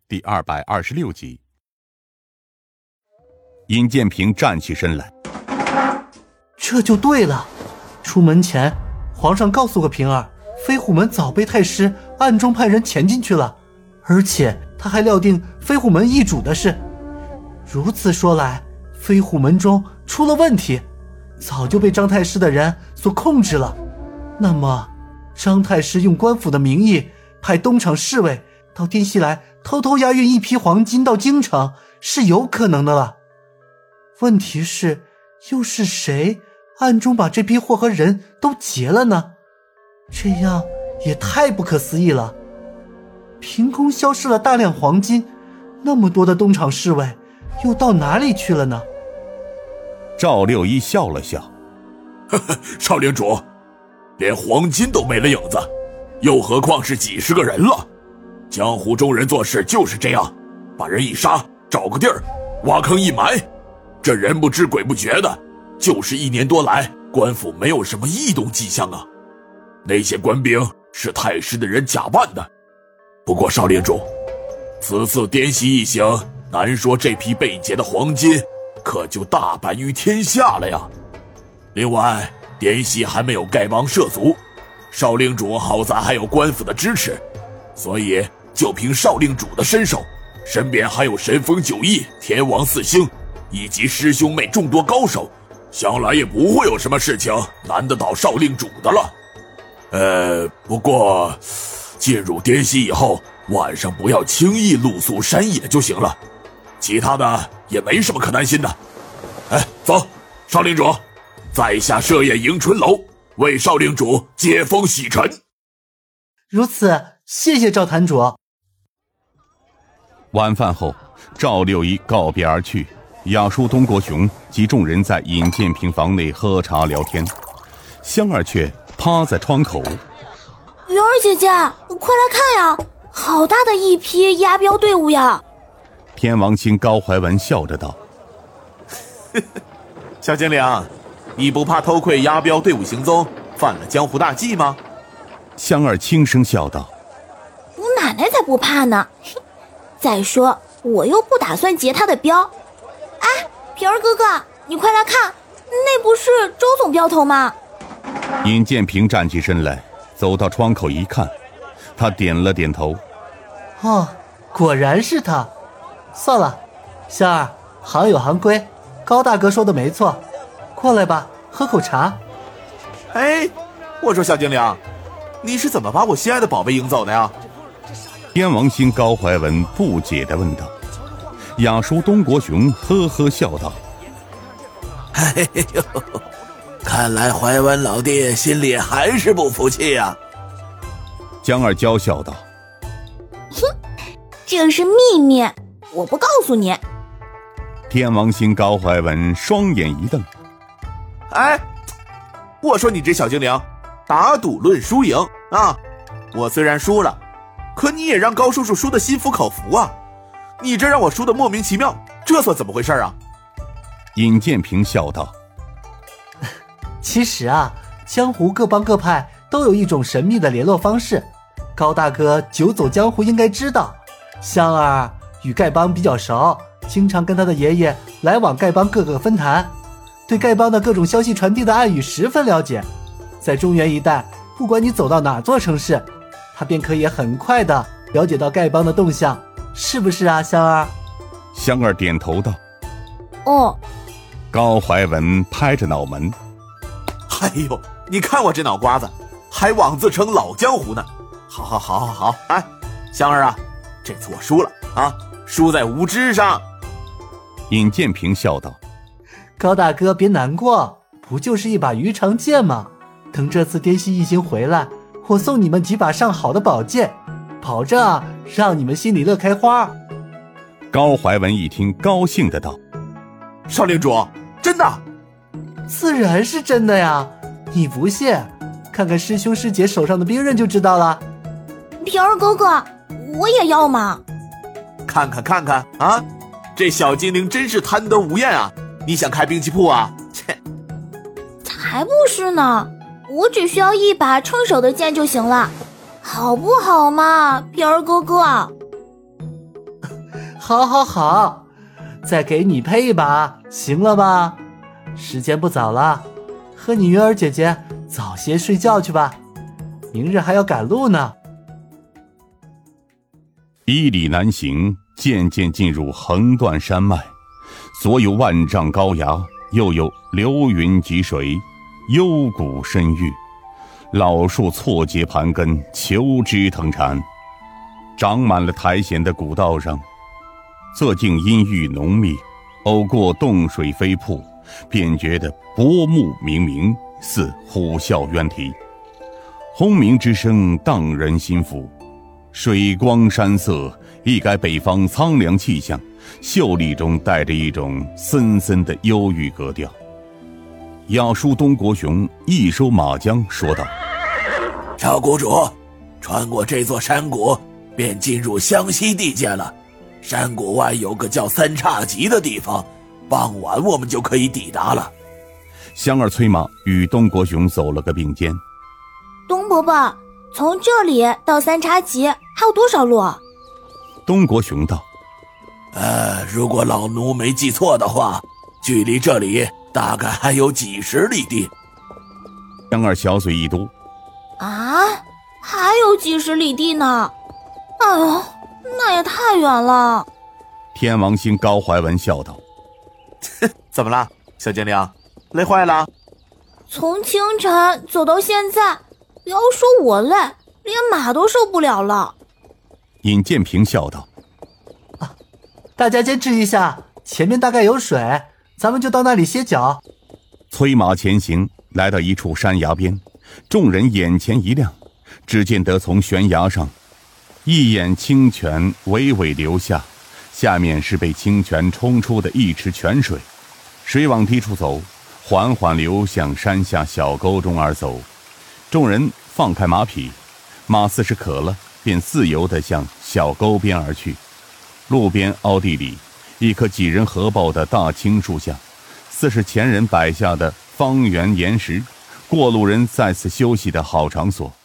第226集。尹建平站起身来， 这就对了。出门前，皇上告诉过平儿，飞虎门早被太师暗中派人潜进去了，而且他还料定飞虎门易主的事。如此说来，飞虎门中出了问题，早就被张太师的人所控制了。那么张太师用官府的名义派东厂侍卫到滇西来偷偷押运一批黄金到京城，是有可能的了。问题是，又是谁暗中把这批货和人都劫了呢？这样也太不可思议了。凭空消失了大量黄金，那么多的东厂侍卫又到哪里去了呢？ 赵六一笑了笑， 呵呵，少领主，连黄金都没了影子，又何况是几十个人了。江湖中人做事就是这样，把人一杀，找个地儿挖坑一埋，这人不知鬼不觉的，就是1年多来官府没有什么异动迹象啊。那些官兵是太师的人假扮的。不过少领主，此次滇西一行，难说这批被劫的黄金可就大白于天下了呀。另外，滇西还没有丐帮涉足，少领主好在还有官府的支持，所以就凭少领主的身手，身边还有神风9翼、天王4星以及师兄妹众多高手，想来也不会有什么事情难得倒少令主的了。不过进入滇西以后，晚上不要轻易露宿山野就行了，其他的也没什么可担心的。走，少领主，在下设宴迎春楼，为少领主接风洗尘。 如此，谢谢赵坛主。 晚饭后，赵六一告别而去，雅叔东国雄及众人在尹建平房内喝茶聊天，香儿却趴在窗口。 云儿姐姐，快来看呀，好大的一批押镖队伍呀！ 天王星高怀文笑着道： 小精灵，你不怕偷窥押镖队伍行踪，犯了江湖大忌吗？ 香儿轻声笑道： 我奶奶才不怕呢。再说我又不打算劫他的镖。哎，平儿哥哥，你快来看，那不是周总镖头吗？ 尹建平站起身来，走到窗口一看，他点了点头。 哦，果然是他。算了，香儿，行有行规，高大哥说的没错，过来吧，喝口茶。 哎，我说小精灵，你是怎么把我心爱的宝贝迎走的呀？ 天王星高怀文不解地问道。雅叔东国雄呵呵笑道： 哎呦，看来怀文老弟心里还是不服气呀。 江儿娇笑道： 哼，这是秘密，我不告诉你。 天王星高怀文双眼一瞪： 哎，我说你这小精灵，打赌论输赢啊！我虽然输了，可你也让高叔叔输得心服口服啊！你这让我输得莫名其妙，这算怎么回事啊？ 尹建平笑道： 其实啊，江湖各帮各派都有一种神秘的联络方式，高大哥久走江湖应该知道，香儿与丐帮比较熟，经常跟他的爷爷来往丐帮各个分坛，对丐帮的各种消息传递的暗语十分了解。在中原一带，不管你走到哪座城市，他便可以很快的了解到丐帮的动向，是不是啊，香儿？ 香儿点头道： 哦。 高怀文拍着脑门： 哎呦，你看我这脑瓜子，还妄自称老江湖呢！好，哎，香儿啊，这次我输了啊，输在无知上。 尹建平笑道： 高大哥别难过，不就是一把鱼肠剑吗？等这次滇西一行回来，我送你们几把上好的宝剑，保证啊，让你们心里乐开花。 高怀文一听，高兴的道： 少领主，真的？ 自然是真的呀，你不信，看看师兄师姐手上的兵刃就知道了。 平儿哥哥，我也要嘛。 看看啊，这小精灵真是贪得无厌啊！你想开兵器铺啊？切， 才不是呢，我只需要一把称手的剑就行了，好不好嘛，平儿哥哥？ 好好好，再给你配一把，行了吧？时间不早了，和你云儿姐姐早些睡觉去吧，明日还要赶路呢。 1里南行，渐渐进入横断山脉，左有万丈高崖，右有流云急水，幽谷深郁，老树错节盘根，求枝藤缠，长满了苔藓的古道上，色径阴郁浓密，偶过洞水飞瀑，便觉得薄暮冥冥，似虎啸猿啼，轰鸣之声荡人心腑。水光山色一改北方苍凉气象，秀丽中带着一种森森的忧郁格调。亚叔东国雄一收马缰，说道： 少谷主，穿过这座山谷便进入湘西地界了，山谷外有个叫三叉戟的地方，傍晚我们就可以抵达了。 香儿催马与东国雄走了个并肩。 东伯伯，从这里到三叉戟还有多少路？ 东国雄道： 如果老奴没记错的话，距离这里大概还有几10里地。 香儿小嘴一嘟： 啊，还有几10里地呢？哎呦，那也太远了。 天王星高怀文笑道： 怎么了，小精灵？累坏了？ 从清晨走到现在，不要说我累，连马都受不了了。 尹建平笑道： 大家坚持一下，前面大概有水，咱们就到那里歇脚。 催马前行，来到一处山崖边，众人眼前一亮，只见得从悬崖上一眼清泉娓娓流下，下面是被清泉冲出的一池泉水，水往低处走，缓缓流向山下小沟中而走。众人放开马匹，马似是渴了，便自由地向小沟边而去。路边凹地里，一棵几人合抱的大青树下，似是前人摆下的方圆岩石，过路人在此休息的好场所。